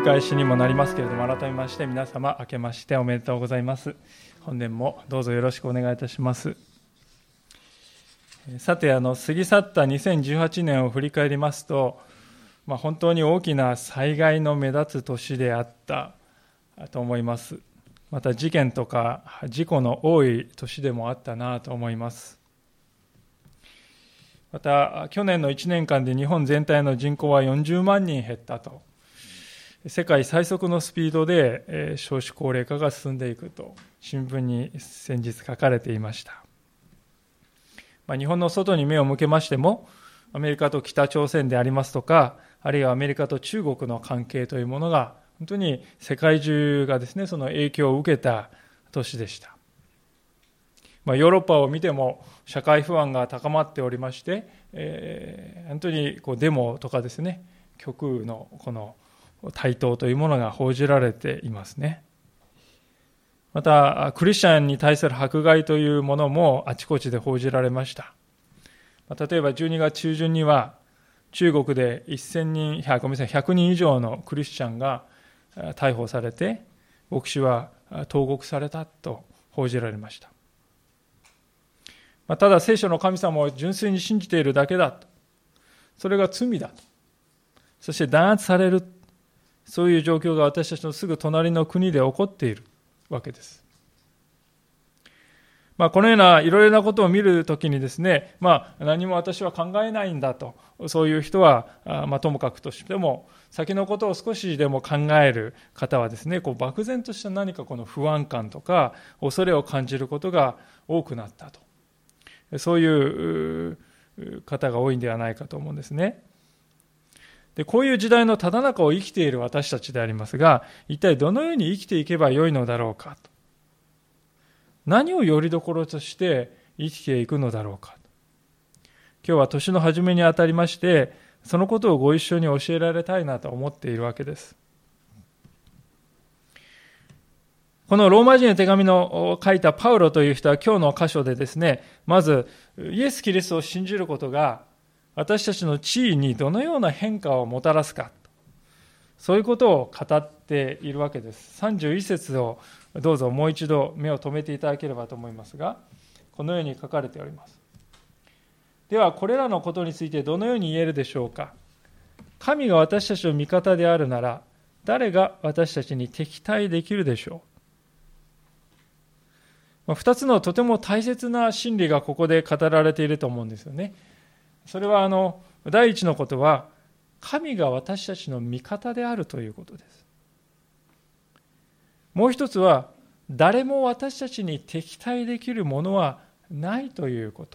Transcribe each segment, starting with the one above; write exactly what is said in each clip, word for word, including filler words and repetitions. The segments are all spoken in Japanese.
返しにもなりますけれども、改めまして皆様明けましておめでとうございます。本年もどうぞよろしくお願いいたします。さて、あの過ぎ去ったにせんじゅうはちねんを振り返りますと、まあ、本当に大きな災害の目立つ年であったと思います。また事件とか事故の多い年でもあったなと思います。また去年のいちねんかんで日本全体の人口はよんじゅうまんにん減ったと、世界最速のスピードで少子高齢化が進んでいくと新聞に先日書かれていました。まあ、日本の外に目を向けましても、アメリカと北朝鮮でありますとか、あるいはアメリカと中国の関係というものが本当に世界中がですね、その影響を受けた年でした。まあ、ヨーロッパを見ても社会不安が高まっておりまして、えー、本当にこうデモとかですね、極右のこの台頭というものが報じられていますね。またクリスチャンに対する迫害というものもあちこちで報じられました。例えばじゅうにがつ中旬には中国でせんにん、ひゃくにん以上のクリスチャンが逮捕されて、牧師は投獄されたと報じられました。ただ聖書の神様を純粋に信じているだけだと、それが罪だと、そして弾圧される、そういう状況が私たちのすぐ隣の国で起こっているわけです。まあ、このようないろいろなことを見るときにですね、まあ、何も私は考えないんだと、そういう人は、まあ、ともかくとしても、先のことを少しでも考える方はですね、こう漠然とした何かこの不安感とか恐れを感じることが多くなったと、そういう方が多いんではないかと思うんですね。で、こういう時代のただ中を生きている私たちでありますが、一体どのように生きていけばよいのだろうかと、何をよりどころとして生きていくのだろうかと、今日は年の初めにあたりまして、そのことをご一緒に教えられたいなと思っているわけです。このローマ人の手紙の書いたパウロという人は今日の箇所でですね、まずイエス・キリストを信じることが私たちの地位にどのような変化をもたらすか、そういうことを語っているわけです。さんじゅういっ節をどうぞもう一度目を留めていただければと思いますが、このように書かれております。ではこれらのことについてどのように言えるでしょうか。神が私たちの味方であるなら、誰が私たちに敵対できるでしょう。二つのとても大切な真理がここで語られていると思うんですよね。それはあの第一のことは、神が私たちの味方であるということです。もう一つは、誰も私たちに敵対できるものはないということ。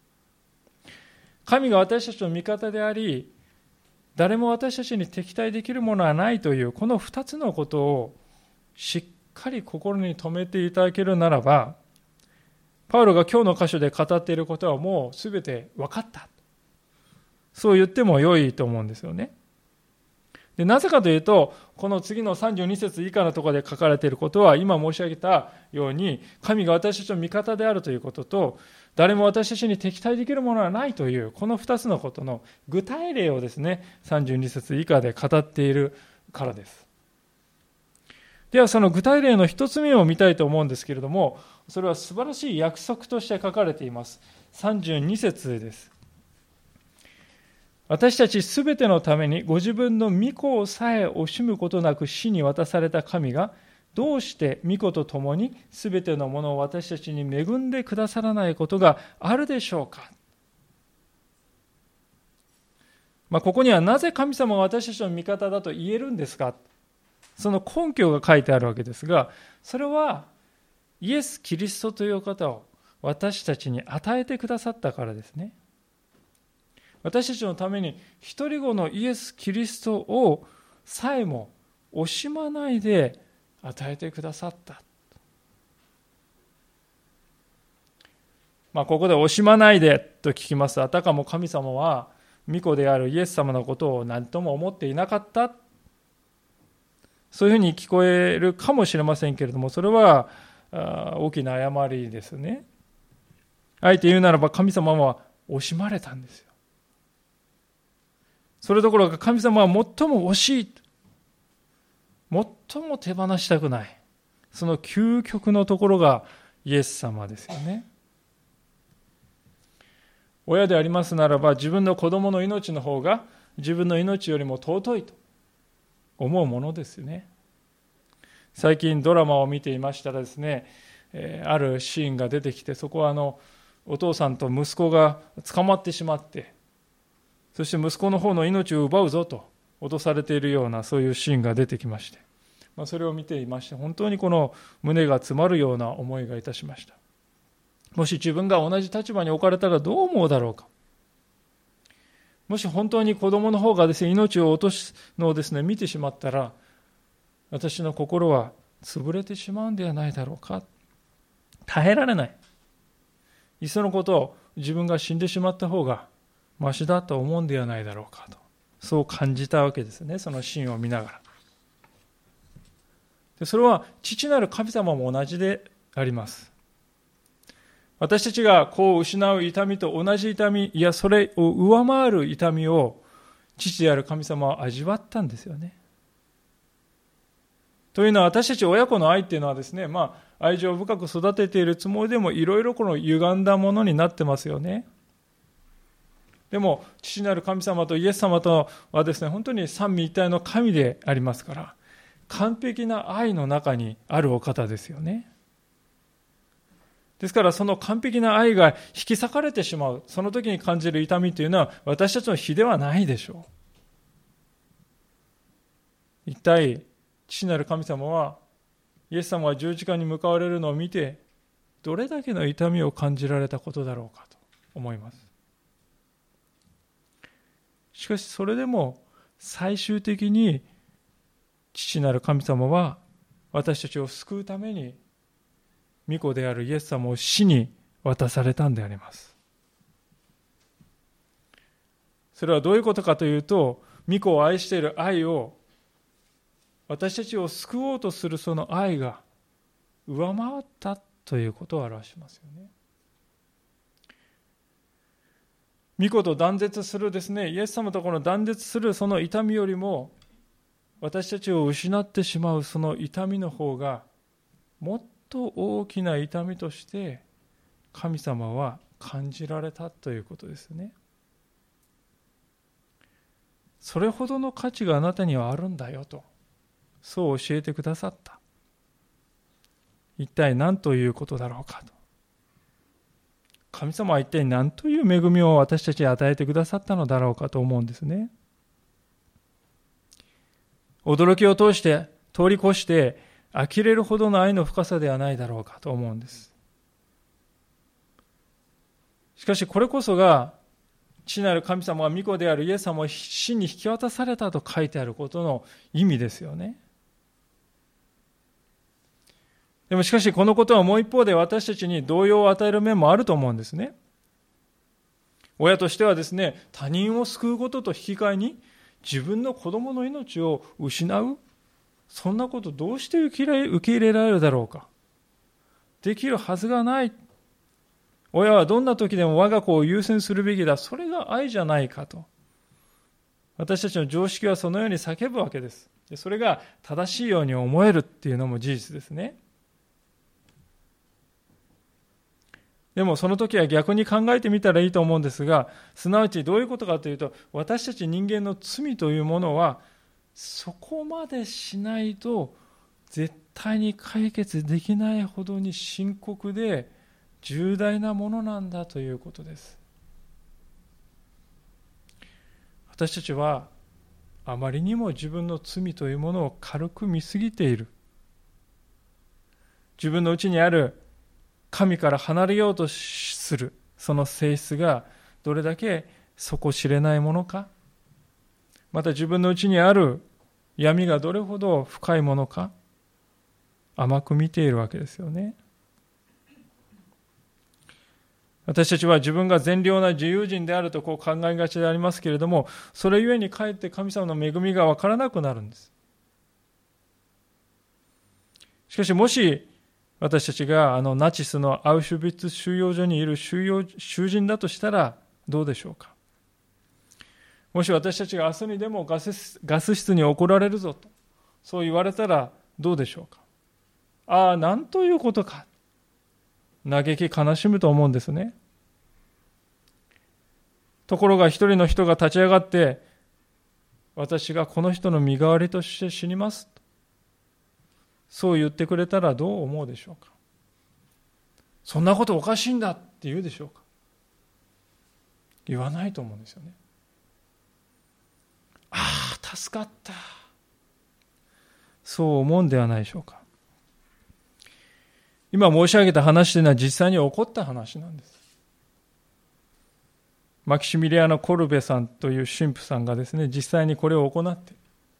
神が私たちの味方であり、誰も私たちに敵対できるものはないという、この二つのことをしっかり心に留めていただけるならば、パウロが今日の箇所で語っていることはもうすべて分かった、そう言っても良いと思うんですよね。で、なぜかというと、この次のさんじゅうに節以下のところで書かれていることは、今申し上げたように、神が私たちの味方であるということと、誰も私たちに敵対できるものはないという、この二つのことの具体例をですね、さんじゅうに節以下で語っているからです。では、その具体例の一つ目を見たいと思うんですけれども、それは素晴らしい約束として書かれています。さんじゅうに節です。私たちすべてのためにご自分の御子さえ惜しむことなく死に渡された神が、どうして御子と共にすべてのものを私たちに恵んでくださらないことがあるでしょうか。まあ、ここにはなぜ神様が私たちの味方だと言えるんですか、その根拠が書いてあるわけですが、それはイエス・キリストという方を私たちに与えてくださったからですね。私たちのために一人子のイエス・キリストをさえも惜しまないで与えてくださった。まあ、ここで惜しまないでと聞きます。あたかも神様は御子であるイエス様のことを何とも思っていなかった、そういうふうに聞こえるかもしれませんけれども、それは大きな誤りですね。あえて言うならば、神様は惜しまれたんですよ。それどころか神様は最も惜しい。 最も手放したくない、その究極のところがイエス様ですよね。親でありますならば、自分の子供の命の方が自分の命よりも尊いと思うものですよね。最近ドラマを見ていましたらですね、えー、あるシーンが出てきて、そこはあのお父さんと息子が捕まってしまって、そして息子の方の命を奪うぞと脅されているような、そういうシーンが出てきまして、まあ、それを見ていまして、本当にこの胸が詰まるような思いがいたしました。もし自分が同じ立場に置かれたらどう思うだろうか。もし本当に子供の方がですね、命を落とすのをですね、見てしまったら、私の心は潰れてしまうんではないだろうか。耐えられない。いっそのことを自分が死んでしまった方がマシだと思うんではないだろうかと、そう感じたわけですね、そのシーンを見ながら。でそれは父なる神様も同じであります。私たちが子を失う痛みと同じ痛み、いやそれを上回る痛みを父である神様は味わったんですよね。というのは、私たち親子の愛っていうのはですね、まあ愛情深く育てているつもりでも、いろいろこの歪んだものになってますよね。でも父なる神様とイエス様とはですね、本当に三位一体の神でありますから、完璧な愛の中にあるお方ですよね。ですからその完璧な愛が引き裂かれてしまう、その時に感じる痛みというのは私たちの非ではないでしょう。一体父なる神様はイエス様が十字架に向かわれるのを見て、どれだけの痛みを感じられたことだろうかと思います。しかしそれでも最終的に父なる神様は私たちを救うために御子であるイエス様を死に渡されたんであります。それはどういうことかというと、御子を愛している愛を、私たちを救おうとするその愛が上回ったということを表しますよね。御子と断絶するですね、イエス様とこの断絶するその痛みよりも、私たちを失ってしまうその痛みの方がもっと大きな痛みとして神様は感じられたということですね。それほどの価値があなたにはあるんだよと、そう教えてくださった。一体何ということだろうかと。神様は一体何という恵みを私たちに与えてくださったのだろうかと思うんですね。驚きを通して通り越して呆れるほどの愛の深さではないだろうかと思うんです。しかしこれこそが父なる神様が御子であるイエス様を死に引き渡されたと書いてあることの意味ですよね。でもしかしこのことはもう一方で私たちに動揺を与える面もあると思うんですね。親としてはですね、他人を救うことと引き換えに自分の子供の命を失う、そんなことどうして受け入れられるだろうか。できるはずがない。親はどんな時でも我が子を優先するべきだ。それが愛じゃないかと。私たちの常識はそのように叫ぶわけです。でそれが正しいように思えるっていうのも事実ですね。でもその時は逆に考えてみたらいいと思うんですが、すなわちどういうことかというと、私たち人間の罪というものはそこまでしないと絶対に解決できないほどに深刻で重大なものなんだということです。私たちはあまりにも自分の罪というものを軽く見すぎている。自分の内にある神から離れようとするその性質がどれだけ底知れないものか、また自分の内にある闇がどれほど深いものか、甘く見ているわけですよね。私たちは自分が善良な自由人であるとこう考えがちでありますけれども、それゆえにかえって神様の恵みが分からなくなるんです。しかしもし私たちがあのナチスのアウシュビッツ収容所にいる収容囚人だとしたらどうでしょうか。もし私たちが明日にでもガス、ガス室に送られるぞと、 そう言われたらどうでしょうか。ああ、なんということか。嘆き悲しむと思うんですね。ところが一人の人が立ち上がって、私がこの人の身代わりとして死にますと、そう言ってくれたらどう思うでしょうか。そんなことおかしいんだって言うでしょうか。言わないと思うんですよね。ああ、助かった。そう思うんではないでしょうか。今申し上げた話というのは実際に起こった話なんです。マキシミリアノ・コルベさんという神父さんがですね、実際にこれを行って、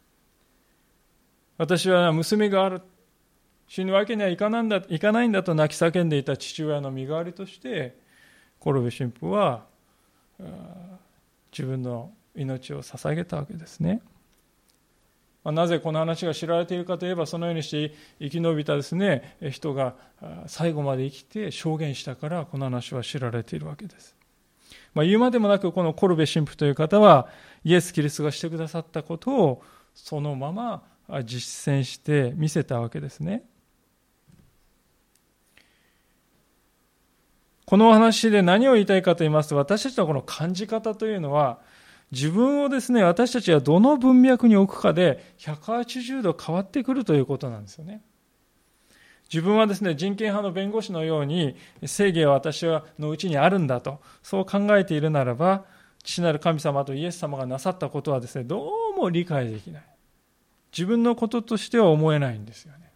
私は娘がある、死ぬわけにはいかないんだ、いかないんだと泣き叫んでいた父親の身代わりとして、コルベ神父は自分の命を捧げたわけですね。なぜこの話が知られているかといえば、そのようにして生き延びたですね、人が最後まで生きて証言したから、この話は知られているわけです。まあ、言うまでもなく、このコルベ神父という方は、イエス・キリストがしてくださったことをそのまま実践して見せたわけですね。この話で何を言いたいかと言いますと、私たちのこの感じ方というのは、自分をですね、私たちがどの文脈に置くかでひゃくはちじゅうど変わってくるということなんですよね。自分はですね、人権派の弁護士のように正義は私のうちにあるんだと、そう考えているならば、父なる神様とイエス様がなさったことはですね、どうも理解できない。自分のこととしては思えないんですよね。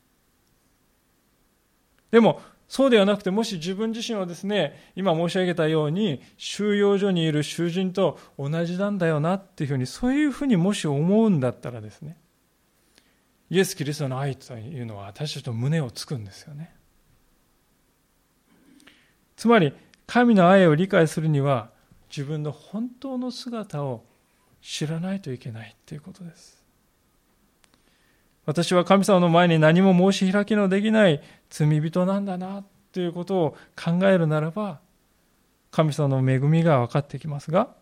でも、そうではなくて、もし自分自身をですね、今申し上げたように、収容所にいる囚人と同じなんだよなっていうふうに、そういうふうにもし思うんだったらですね、イエス・キリストの愛というのは私たちの胸をつくんですよね。つまり、神の愛を理解するには、自分の本当の姿を知らないといけないということです。私は神様の前に何も申し開きのできない罪人なんだなということを考えるならば、神様の恵みが分かってきますが、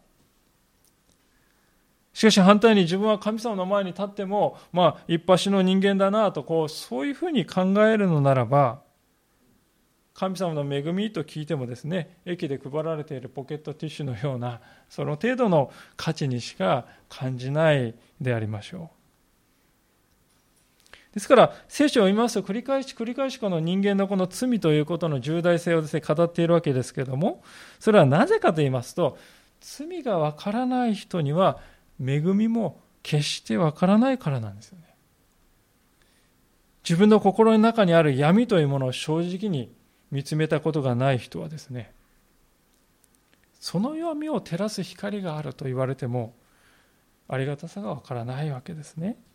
しかし反対に自分は神様の前に立っても、まあ一発の人間だなと、こうそういうふうに考えるのならば、神様の恵みと聞いてもですね、駅で配られているポケットティッシュのようなその程度の価値にしか感じないでありましょう。ですから聖書を見ますと、繰り返し繰り返しこの人間のこの罪ということの重大性をですね、語っているわけですけれども、それはなぜかと言いますと、罪がわからない人には恵みも決してわからないからなんですよね。自分の心の中にある闇というものを正直に見つめたことがない人はですね、その闇を照らす光があると言われてもありがたさがわからないわけですね。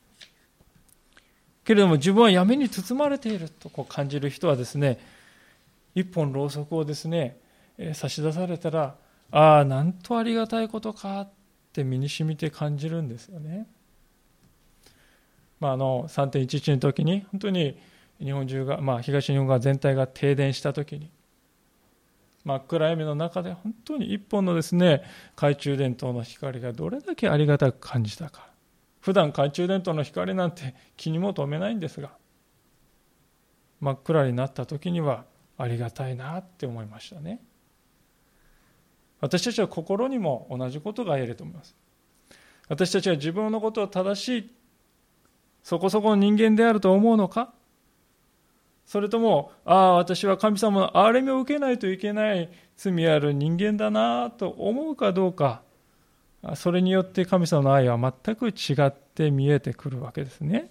けれども自分は闇に包まれているとこう感じる人はですね、一本ろうそくをですね、差し出されたら、ああ、なんとありがたいことかって身に染みて感じるんですよね。まあ、あの さんてんいちいち の時に本当に日本中が、まあ、東日本が全体が停電した時に、真っ暗闇の中で本当に一本のですね、懐中電灯の光がどれだけありがたく感じたか。普段懐中電灯の光なんて気にも留めないんですが、真っ暗になった時にはありがたいなって思いましたね。私たちは心にも同じことが言えると思います。私たちは自分のことを正しい、そこそこの人間であると思うのか、それとも、ああ、私は神様の憐れみを受けないといけない罪ある人間だなと思うかどうか、それによって神様の愛は全く違って見えてくるわけですね。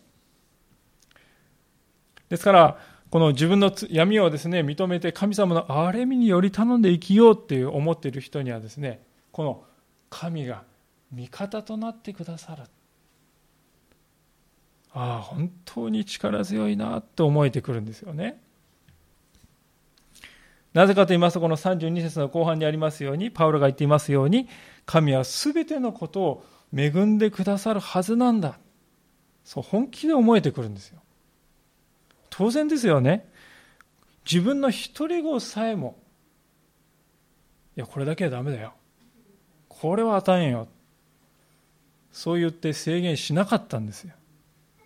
ですから、この自分の闇をですね、認めて神様の憐れみにより頼んで生きようっていう思っている人にはですね、この神が味方となってくださる。ああ、本当に力強いなと思えてくるんですよね。なぜかと言いますと、このさんじゅうに節の後半にありますように、パウロが言っていますように、神はすべてのことを恵んでくださるはずなんだ。そう本気で思えてくるんですよ。当然ですよね。自分の一人子さえも、いや、これだけはダメだよ。これは与えんよ。そう言って制限しなかったんですよ。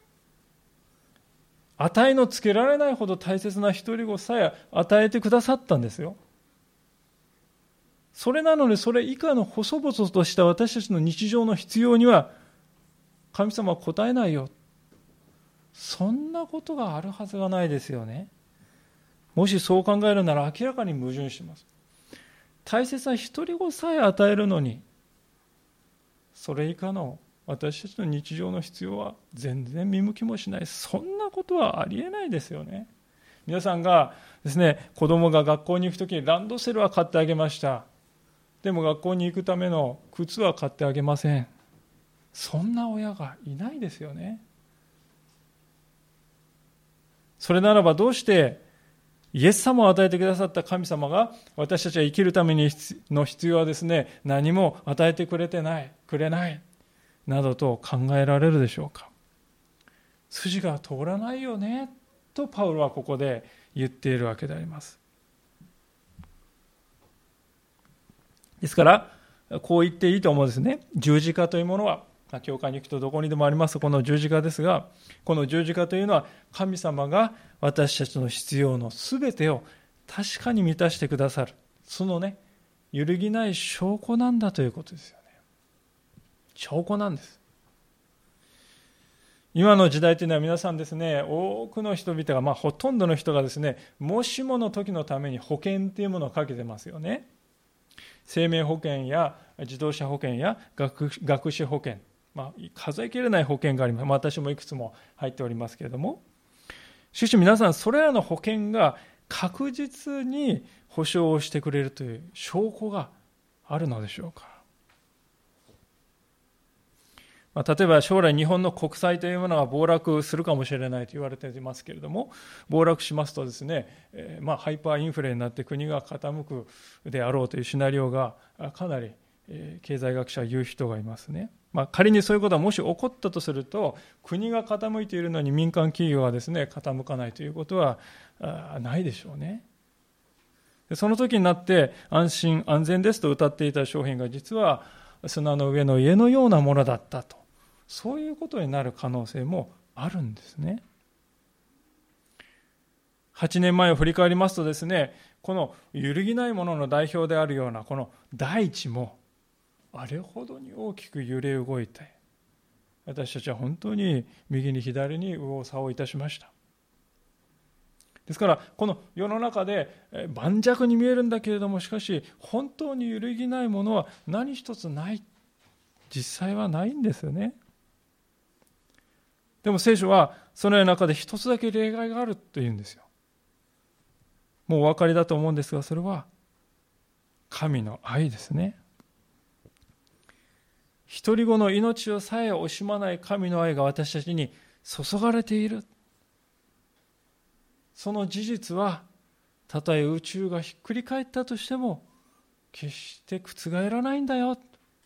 値のつけられないほど大切な独り子さえ与えてくださったんですよ。それなのに、それ以下の細々とした私たちの日常の必要には神様は応えないよ。そんなことがあるはずがないですよね。もしそう考えるなら明らかに矛盾しています。大切な独り子さえ与えるのに、それ以下の私たちの日常の必要は全然見向きもしない。そんなことはありえないですよね。皆さんがですね、子供が学校に行くときにランドセルは買ってあげました。でも学校に行くための靴は買ってあげません。そんな親がいないですよね。それならばどうしてイエス様を与えてくださった神様が私たちが生きるためにの必要はですね、何も与えてくれてない、くれないなどと考えられるでしょうか。筋が通らないよねとパウロはここで言っているわけであります。ですからこう言っていいと思うんですね。十字架というものは、教会に行くとどこにでもありますこの十字架ですが、この十字架というのは神様が私たちの必要のすべてを確かに満たしてくださる、そのね、揺るぎない証拠なんだということですよね。証拠なんです。今の時代というのは皆さんですね、多くの人々が、まあほとんどの人がですね、もしもの時のために保険というものをかけてますよね。生命保険や自動車保険や 学, 学資保険、まあ、数えきれない保険があります。まあ、私もいくつも入っておりますけれども、しかし皆さん、それらの保険が確実に保証をしてくれるという証拠があるのでしょうか。まあ、例えば将来日本の国債というものが暴落するかもしれないと言われていますけれども、暴落しますとですね、えー、まあハイパーインフレになって国が傾くであろうというシナリオがかなり、えー、経済学者は言う人がいますね。まあ、仮にそういうことがもし起こったとすると、国が傾いているのに民間企業がですね傾かないということはないでしょうね。その時になって安心安全ですと歌っていた商品が実は砂の上の家のようなものだったと、そういうことになる可能性もあるんですね。はちねんまえを振り返りますとですね、この揺るぎないものの代表であるようなこの大地もあれほどに大きく揺れ動いて、私たちは本当に右に左に右往左往いたしました。ですからこの世の中で盤石に見えるんだけれども、しかし本当に揺るぎないものは何一つない、実際はないんですよね。でも聖書はそのような中で一つだけ例外があるというんですよ。もうお分かりだと思うんですが、それは神の愛ですね。独り子の命をさえ惜しまない神の愛が私たちに注がれている。その事実はたとえ宇宙がひっくり返ったとしても決して覆らないんだよ。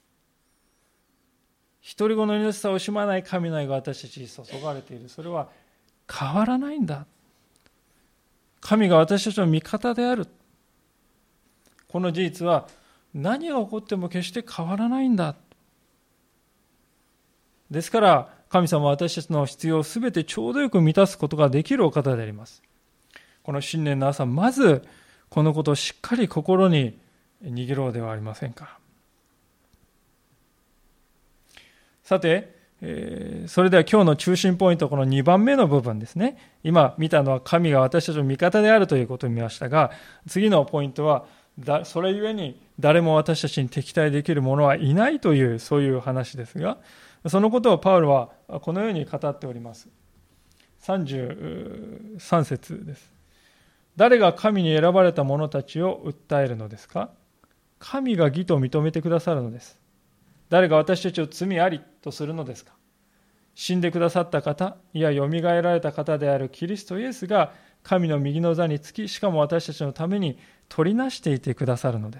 独り子の命さえ惜しまない神の愛が私たちに注がれている。それは変わらないんだ。神が私たちの味方である。この事実は何が起こっても決して変わらないんだ。ですから神様は私たちの必要をすべてちょうどよく満たすことができるお方であります。この新年の朝、まずこのことをしっかり心に握ろうではありませんか。さて、えー、それでは今日の中心ポイント、このにばんめの部分ですね。今見たのは神が私たちの味方であるということを見ましたが、次のポイントはだそれゆえに誰も私たちに敵対できる者はいないという、そういう話ですが、そのことをパウロはこのように語っております。さんじゅうさん節です。誰が神に選ばれた者たちを訴えるのですか？神が義と認めてくださるのです。誰が私たちを罪ありとするのですか？死んでくださった方、いやよみがえられた方であるキリストイエスが神の右の座につき、しかも私たちのために取りなしていてくださるのです。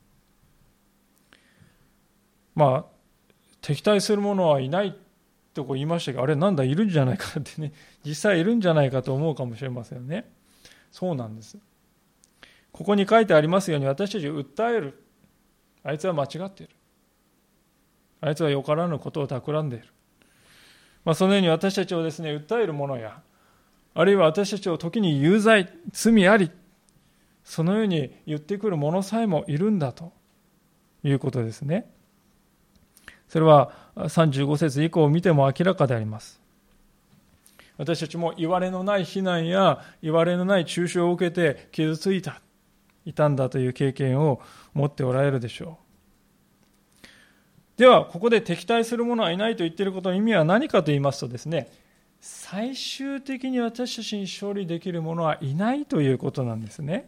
まあ敵対する者はいないとこう言いましたが、あれなんだいるんじゃないかってね、実際いるんじゃないかと思うかもしれませんね。そうなんです。ここに書いてありますように、私たちを訴える、あいつは間違っている、あいつはよからぬことを企んでいる、まあ、そのように私たちをですね訴える者やあるいは私たちを時に有罪、罪あり、そのように言ってくる者さえもいるんだということですね。それはさんじゅうご節以降を見ても明らかであります。私たちもいわれのない非難やいわれのない中傷を受けて傷ついた、傷んだという経験を持っておられるでしょう。では、ここで敵対する者はいないと言っていることの意味は何かと言いますとですね、最終的に私たちに勝利できる者はいないということなんですね。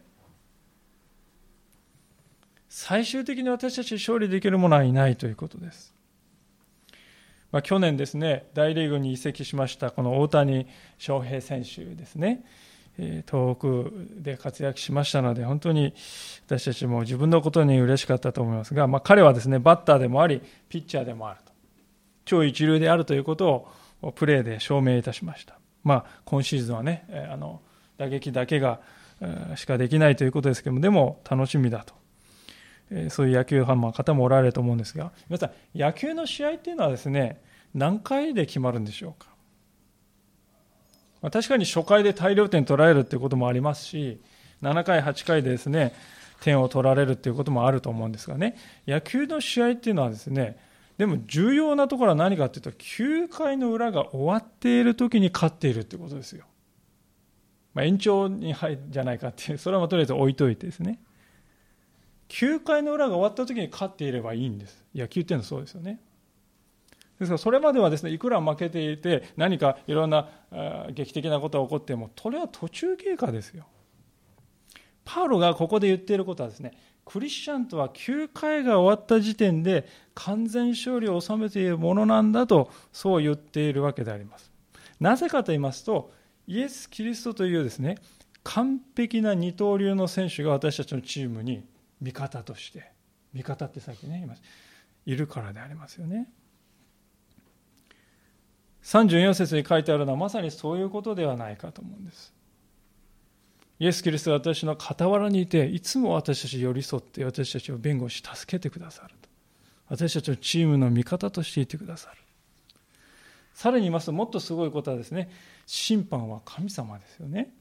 最終的に私たちに勝利できる者はいないということです。まあ、去年ですね、大リーグに移籍しましたこの大谷翔平選手ですね、東北で活躍しましたので、本当に私たちも自分のことに嬉しかったと思いますが、まあ、彼はですね、バッターでもありピッチャーでもあると、超一流であるということをプレーで証明いたしました。まあ、今シーズンはね、あの打撃だけがしかできないということですけども、でも楽しみだと、そういう野球ファンの方もおられると思うんですが、皆さん、野球の試合っていうのはですね、何回で決まるんでしょうか。まあ、確かに初回で大量点取られるということもありますし、ななかいはちかいでですね、点を取られるということもあると思うんですがね、野球の試合っていうのはですね、でも重要なところは何かというと、きゅうかいの裏が終わっている時に勝っているということですよ。まあ、延長に入るんじゃないかっていう、それはとりあえず置いといてですね、きゅうかいの裏が終わった時に勝っていればいいんです。野球っていうのはそうですよね。ですからそれまではですね、いくら負けていて何かいろんな劇的なことが起こっても、それは途中経過ですよ。パウロがここで言っていることはですね、クリスチャンとはきゅうかいが終わった時点で完全勝利を収めているものなんだと、そう言っているわけであります。なぜかと言いますと、イエス・キリストというですね、完璧な二刀流の選手が私たちのチームに味方として、味方ってさっきね言いました、いるからでありますよね。さんじゅうよん節に書いてあるのはまさにそういうことではないかと思うんです。イエス・キリストは私の傍らにいて、いつも私たちに寄り添って私たちを弁護し助けてくださると。私たちのチームの味方としていてくださる。さらに言いますと、もっとすごいことはですね、審判は神様ですよね。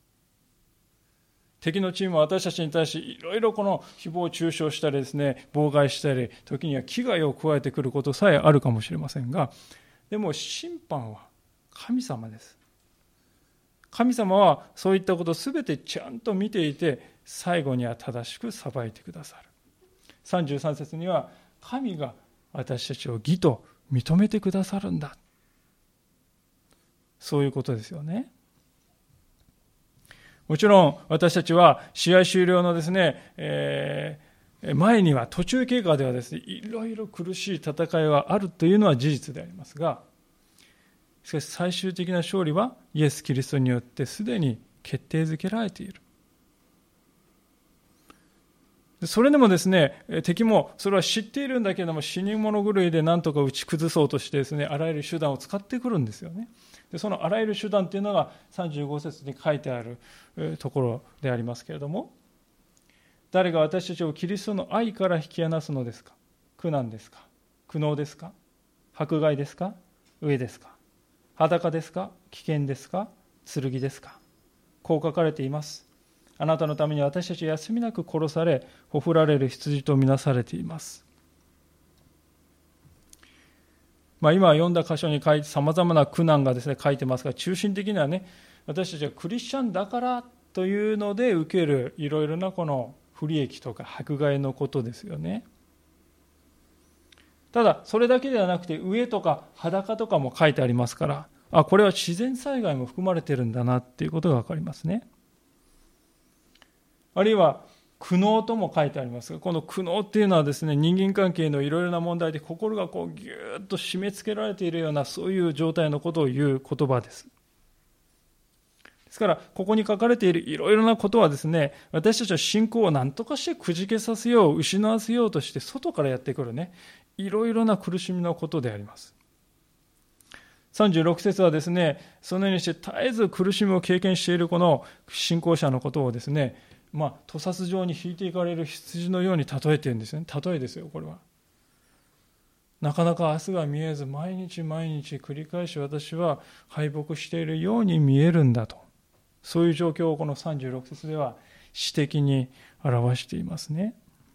敵のチームは私たちに対していろいろこの誹謗中傷したりですね、妨害したり、時には危害を加えてくることさえあるかもしれませんが、でも審判は神様です。神様はそういったことをすべてちゃんと見ていて、最後には正しく裁いてくださる。さんじゅうさん節には、神が私たちを義と認めてくださるんだ。そういうことですよね。もちろん私たちは試合終了のですね、えー、前には途中経過ではですね、いろいろ苦しい戦いはあるというのは事実でありますが、しかし最終的な勝利はイエス・キリストによってすでに決定づけられている。それでもですね、敵もそれは知っているんだけれども、死に物狂いで何とか打ち崩そうとしてですね、あらゆる手段を使ってくるんですよね。でそのあらゆる手段というのがさんじゅうご節に書いてあるところでありますけれども、誰が私たちをキリストの愛から引き離すのですか。苦難ですか、苦悩ですか、迫害ですか、飢えですか、裸ですか、危険ですか、剣ですか。こう書かれています。あなたのために私たちは休みなく殺され、ほふられる羊とみなされています。まあ、今読んだ箇所に書いてさまざまな苦難がですね書いてますが、中心的にはね、私たちはクリスチャンだからというので受けるいろいろなこの不利益とか迫害のことですよね。ただそれだけではなくて、飢えとか裸とかも書いてありますから、あ、これは自然災害も含まれているんだなっていうことが分かりますね。あるいは苦悩とも書いてありますが、この苦悩っていうのはですね、人間関係のいろいろな問題で心がこうギューッと締め付けられているような、そういう状態のことを言う言葉です。ですからここに書かれているいろいろなことはですね、私たちの信仰を何とかしてくじけさせよう、失わせようとして外からやってくるね、いろいろな苦しみのことであります。さんじゅうろく節はですね、そのようにして絶えず苦しみを経験しているこの信仰者のことをですね、まあ、屠殺場に引いていかれる羊のように例えているんですね。例えですよ、これは。 なかなか明日が見えず、毎日毎日繰り返し私は敗北しているように見えるんだと。そういう状況をこのさんじゅうろく節では詩的に表していますね。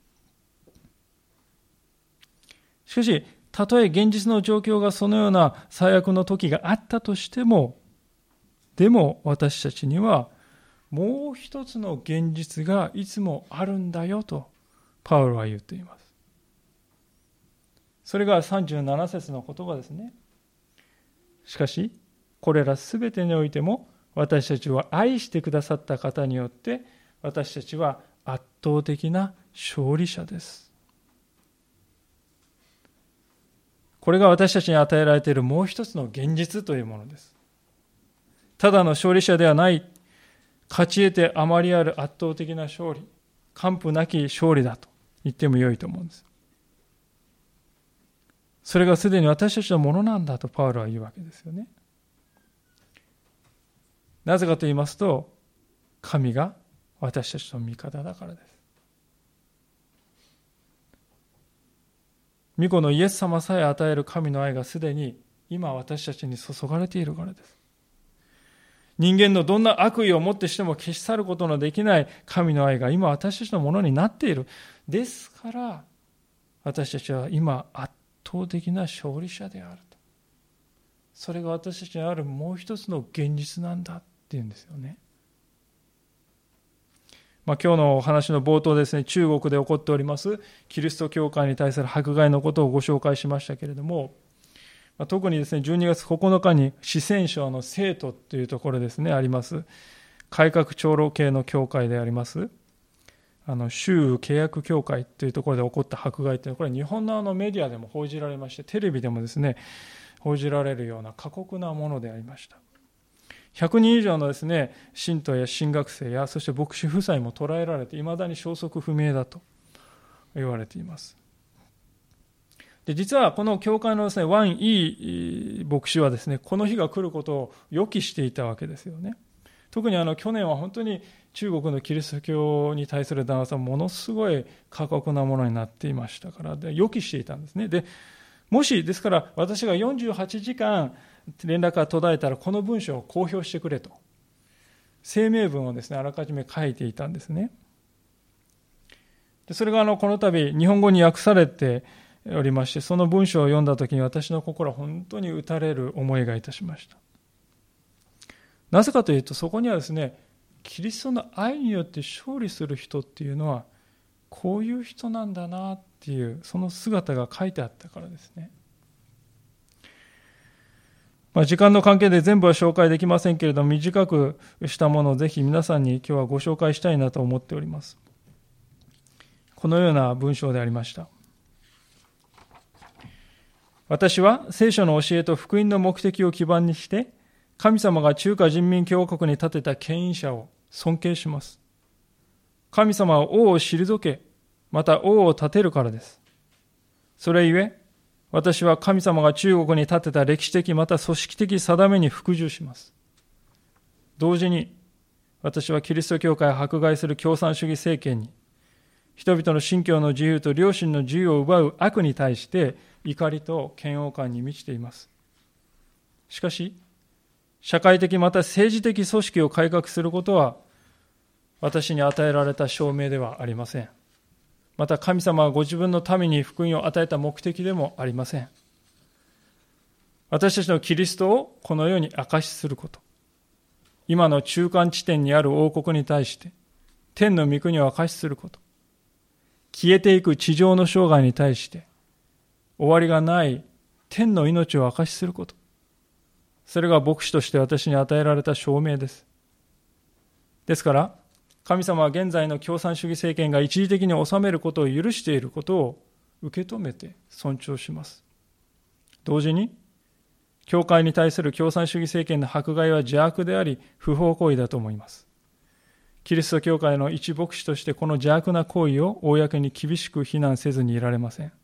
しかし、たとえ現実の状況がそのような最悪の時があったとしても、でも私たちにはもう一つの現実がいつもあるんだよとパウロは言っています。それがさんじゅうなな節の言葉ですね。しかし、これらすべてにおいても私たちは愛してくださった方によって私たちは圧倒的な勝利者です。これが私たちに与えられているもう一つの現実というものです。ただの勝利者ではない、勝ち得てあまりある圧倒的な勝利、完膚なき勝利だと言ってもよいと思うんです。それがすでに私たちのものなんだとパウロは言うわけですよね。なぜかと言いますと、神が私たちの味方だからです。御子のイエス様さえ与える神の愛がすでに今私たちに注がれているからです。人間のどんな悪意をもってしても消し去ることのできない神の愛が今私たちのものになっている。ですから私たちは今圧倒的な勝利者であると。それが私たちにあるもう一つの現実なんだっていうんですよね。まあ、今日のお話の冒頭ですね、中国で起こっておりますキリスト教会に対する迫害のことをご紹介しましたけれども、まあ、特にですねじゅうにがつここのかに四川省の成都というところですねあります改革長老系の教会でありますあの州契約協会というところで起こった迫害というのはこれ日本のあのメディアでも報じられまして、テレビでもですね報じられるような過酷なものでありました。ひゃくにん以上のですね信徒や神学生やそして牧師夫妻も捕らえられていまだに消息不明だと言われています。で実はこの教会のですねワン・イー牧師はですねこの日が来ることを予期していたわけですよね。特にあの去年は本当に中国のキリスト教に対する弾圧はものすごい過酷なものになっていましたからで予期していたんですね。でもしですから私がよんじゅうはちじかん連絡が途絶えたらこの文章を公表してくれと声明文をですねあらかじめ書いていたんですね。でそれがあのこの度日本語に訳されておりまして、その文章を読んだときに私の心は本当に打たれる思いがいたしました。なぜかというとそこにはですねキリストの愛によって勝利する人っていうのはこういう人なんだなっていうその姿が書いてあったからですね。まあ、時間の関係で全部は紹介できませんけれども短くしたものをぜひ皆さんに今日はご紹介したいなと思っております。このような文章でありました。私は聖書の教えと福音の目的を基盤にして神様が中華人民共和国に立てた権威者を尊敬します。神様は王を退け、また王を立てるからです。それゆえ、私は神様が中国に立てた歴史的また組織的定めに服従します。同時に、私はキリスト教会を迫害する共産主義政権に、人々の信教の自由と良心の自由を奪う悪に対して怒りと嫌悪感に満ちています。しかし、社会的また政治的組織を改革することは私に与えられた証明ではありません。また神様はご自分の民に福音を与えた目的でもありません。私たちのキリストをこの世に証しすること、今の中間地点にある王国に対して天の御国を証しすること、消えていく地上の生涯に対して終わりがない天の命を証しすること、それが牧師として私に与えられた証明です。ですから神様は現在の共産主義政権が一時的に治めることを許していることを受け止めて尊重します。同時に教会に対する共産主義政権の迫害は邪悪であり不法行為だと思います。キリスト教会の一牧師としてこの邪悪な行為を公に厳しく非難せずにいられません。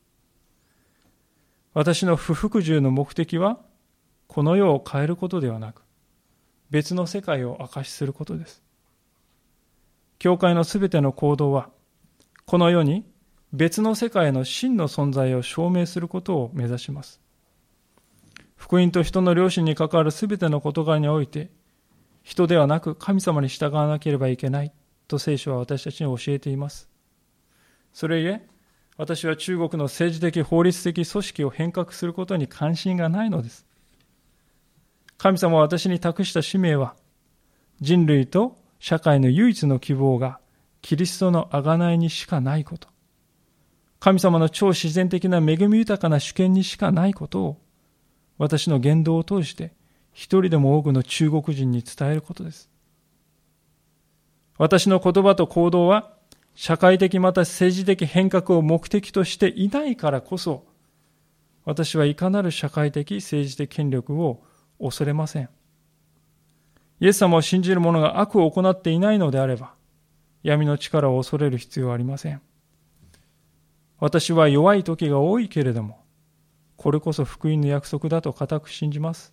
私の不服従の目的はこの世を変えることではなく別の世界を証しすることです。教会のすべての行動はこの世に別の世界の真の存在を証明することを目指します。福音と人の良心に関わるすべての事柄において、人ではなく神様に従わなければいけないと聖書は私たちに教えています。それゆえ、私は中国の政治的法律的組織を変革することに関心がないのです。神様は私に託した使命は、人類と社会の唯一の希望がキリストの贖いにしかないこと、神様の超自然的な恵み豊かな主権にしかないことを、私の言動を通して一人でも多くの中国人に伝えることです。私の言葉と行動は社会的また政治的変革を目的としていないからこそ、私はいかなる社会的政治的権力を恐れません。イエス様を信じる者が悪を行っていないのであれば、闇の力を恐れる必要はありません。私は弱い時が多いけれども、これこそ福音の約束だと固く信じます。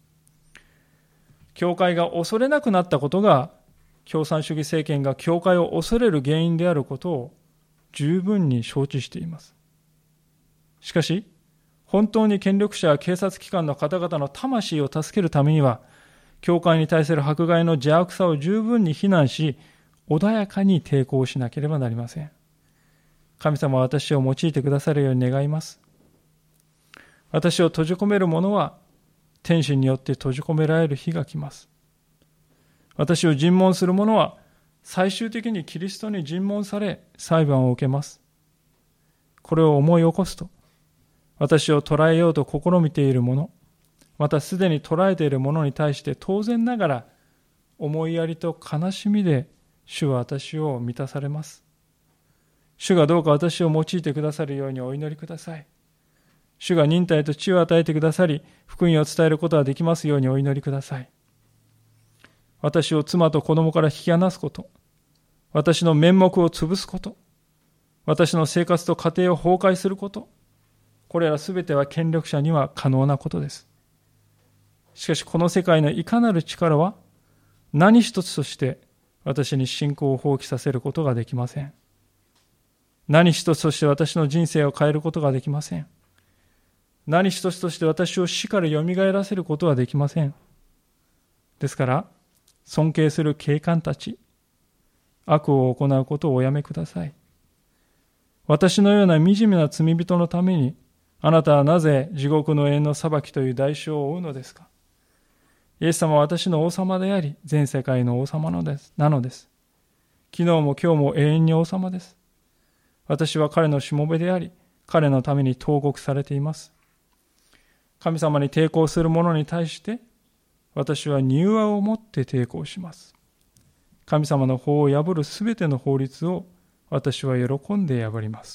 教会が恐れなくなったことが、共産主義政権が教会を恐れる原因であることを十分に承知しています。しかし、本当に権力者や警察機関の方々の魂を助けるためには、教会に対する迫害の邪悪さを十分に非難し、穏やかに抵抗しなければなりません。神様は私を用いてくださるように願います。私を閉じ込める者は天使によって閉じ込められる日が来ます。私を尋問する者は最終的にキリストに尋問され裁判を受けます。これを思い起こすと、私を捕らえようと試みている者、またすでに捕らえている者に対して当然ながら思いやりと悲しみで主は私を満たされます。主がどうか私を用いてくださるようにお祈りください。主が忍耐と知を与えてくださり、福音を伝えることができますようにお祈りください。私を妻と子供から引き離すこと、私の面目を潰すこと、私の生活と家庭を崩壊すること、これらすべては権力者には可能なことです。しかしこの世界のいかなる力は何一つとして私に信仰を放棄させることができません。何一つとして私の人生を変えることができません。何一つとして私を死からよみがえらせることはできません。ですから、尊敬する警官たち、悪を行うことをおやめください。私のような惨めな罪人のために、あなたはなぜ地獄の永遠の裁きという代償を負うのですか。イエス様は私の王様であり、全世界の王様のです、なのです。昨日も今日も永遠に王様です。私は彼のしもべであり、彼のために投獄されています。神様に抵抗する者に対して、私は柔和を持って抵抗します。神様の法を破るすべての法律を私は喜んで破ります。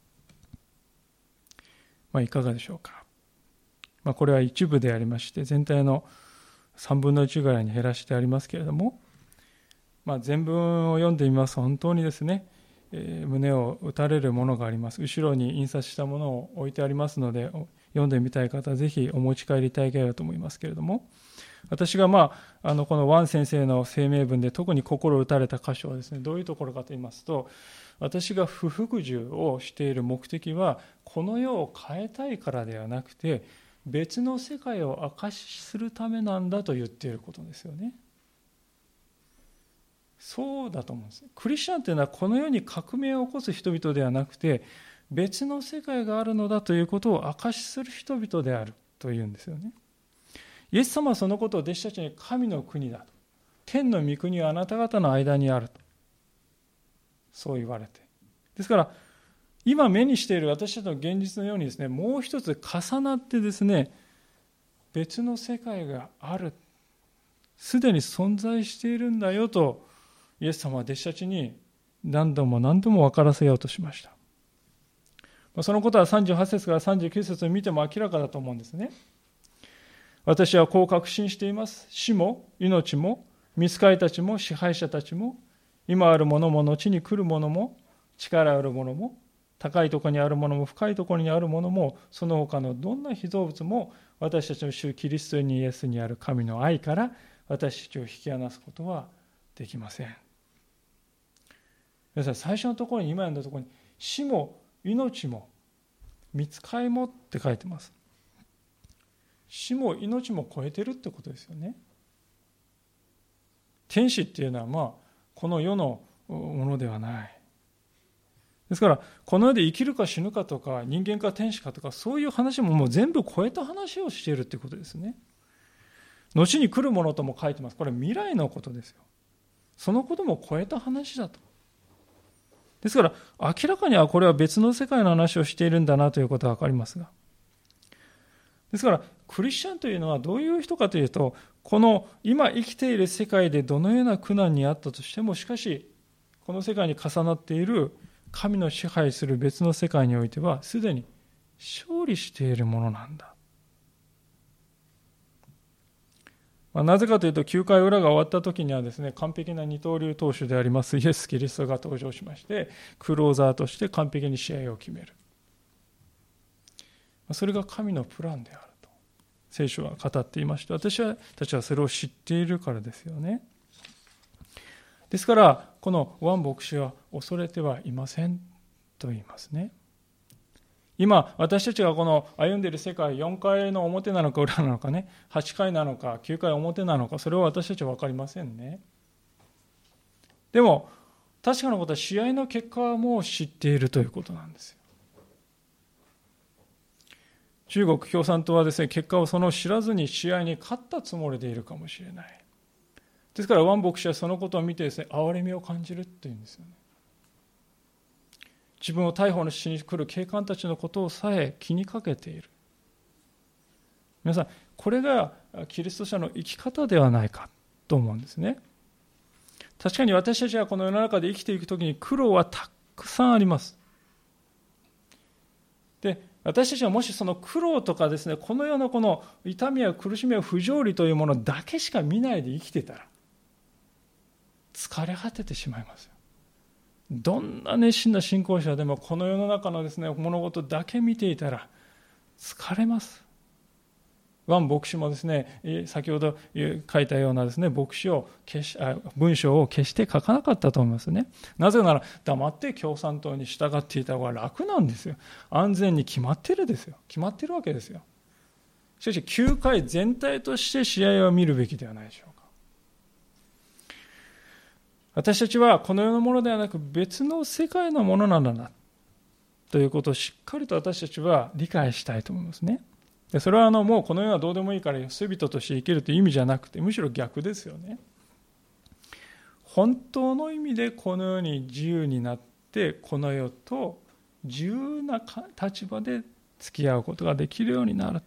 まあ、いかがでしょうか。まあ、これは一部でありまして、全体のさんぶんのいちぐらいに減らしてありますけれども、まあ、全文を読んでみますと本当にですね、えー、胸を打たれるものがあります。後ろに印刷したものを置いてありますので、読んでみたい方はぜひお持ち帰りいただければと思いますけれども、私が、まあ、あのこのワン先生の声明文で特に心打たれた箇所はですね、どういうところかと言いますと、私が不服従をしている目的はこの世を変えたいからではなくて、別の世界を証しするためなんだと言っていることですよね。そうだと思うんです。クリスチャンというのはこの世に革命を起こす人々ではなくて、別の世界があるのだということを証しする人々であるというんですよね。イエス様はそのことを弟子たちに神の国だと、天の御国はあなた方の間にあると、そう言われて、ですから今目にしている私たちの現実のようにですね、もう一つ重なってですね、別の世界がある、すでに存在しているんだよとイエス様は弟子たちに何度も何度も分からせようとしました。そのことはさんじゅうはち節からさんじゅうきゅう節を見ても明らかだと思うんですね。私はこう確信しています。死も命も御使いたちも支配者たちも今あるものも後に来るものも力あるものも高いところにあるものも深いところにあるものもその他のどんな被造物も私たちの主キリストにイエスにある神の愛から私たちを引き離すことはできません。皆さん、最初のところに今読んだところに死も命も御使いもって書いてます。死も命も超えてるってことですよね。天使っていうのはまあこの世のものではない。ですからこの世で生きるか死ぬかとか人間か天使かとかそういう話ももう全部超えた話をしているってことですね。後に来るものとも書いてます。これ未来のことですよ。そのことも超えた話だと。ですから明らかにはこれは別の世界の話をしているんだなということが分かりますが、ですからクリスチャンというのはどういう人かというと、この今生きている世界でどのような苦難にあったとしても、しかしこの世界に重なっている神の支配する別の世界においてはすでに勝利しているものなんだ。まあ、なぜかというときゅうかい裏が終わった時にはですね、完璧な二刀流投手でありますイエス・キリストが登場しまして、クローザーとして完璧に試合を決める。それが神のプランであると聖書は語っていまして、私たちはそれを知っているからですよね。ですからこのワン牧師は恐れてはいませんと言いますね。今私たちがこの歩んでいる世界、よんかいの表なのか裏なのかね、はちかいなのかきゅうかい表なのか、それは私たちは分かりませんね。でも確かなことは試合の結果はもう知っているということなんですよ。中国共産党はですね、結果をその知らずに試合に勝ったつもりでいるかもしれない。ですからワン牧師はそのことを見てですね、憐れみを感じるっていうんですよね。自分を逮捕のしに来る警官たちのことをさえ気にかけている。皆さん、これがキリスト者の生き方ではないかと思うんですね。確かに私たちはこの世の中で生きていくときに苦労はたくさんあります。で、私たちはもしその苦労とかですね、この世のこの痛みや苦しみや不条理というものだけしか見ないで生きてたら疲れ果ててしまいますよ。どんな熱心な信仰者でもこの世の中のですね、物事だけ見ていたら疲れます。ワン牧師もですね、先ほど書いたようなですね、牧師を消しあ文章を決して書かなかったと思いますね。なぜなら黙って共産党に従っていた方が楽なんですよ。安全に決まってるですよ。決まってるわけですよ。しかしきゅうかい全体として試合を見るべきではないでしょうか。私たちはこの世のものではなく別の世界のものなんだなということをしっかりと私たちは理解したいと思いますね。でそれはあのもうこの世はどうでもいいから世人として生きるという意味じゃなくて、むしろ逆ですよね。本当の意味でこの世に自由になってこの世と自由な立場で付き合うことができるようになる。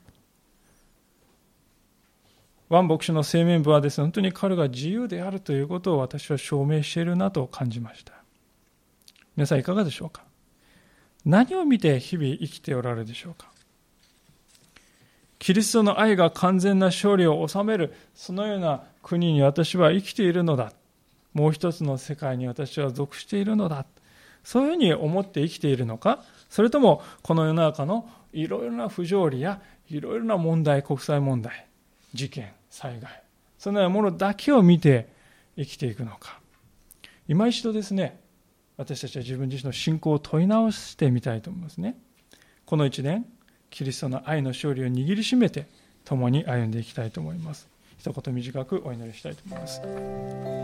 ワン牧師の青年部はですね、本当に彼が自由であるということを私は証明しているなと感じました。皆さんいかがでしょうか。何を見て日々生きておられるでしょうか。キリストの愛が完全な勝利を収める、そのような国に私は生きているのだ。もう一つの世界に私は属しているのだ。そういうふうに思って生きているのか、それともこの世の中のいろいろな不条理やいろいろな問題、国際問題、事件、災害、そのようなものだけを見て生きていくのか。今一度ですね、私たちは自分自身の信仰を問い直してみたいと思いますね。この一年、キリストの愛の勝利を握りしめて共に歩んでいきたいと思います。一言短くお祈りしたいと思います。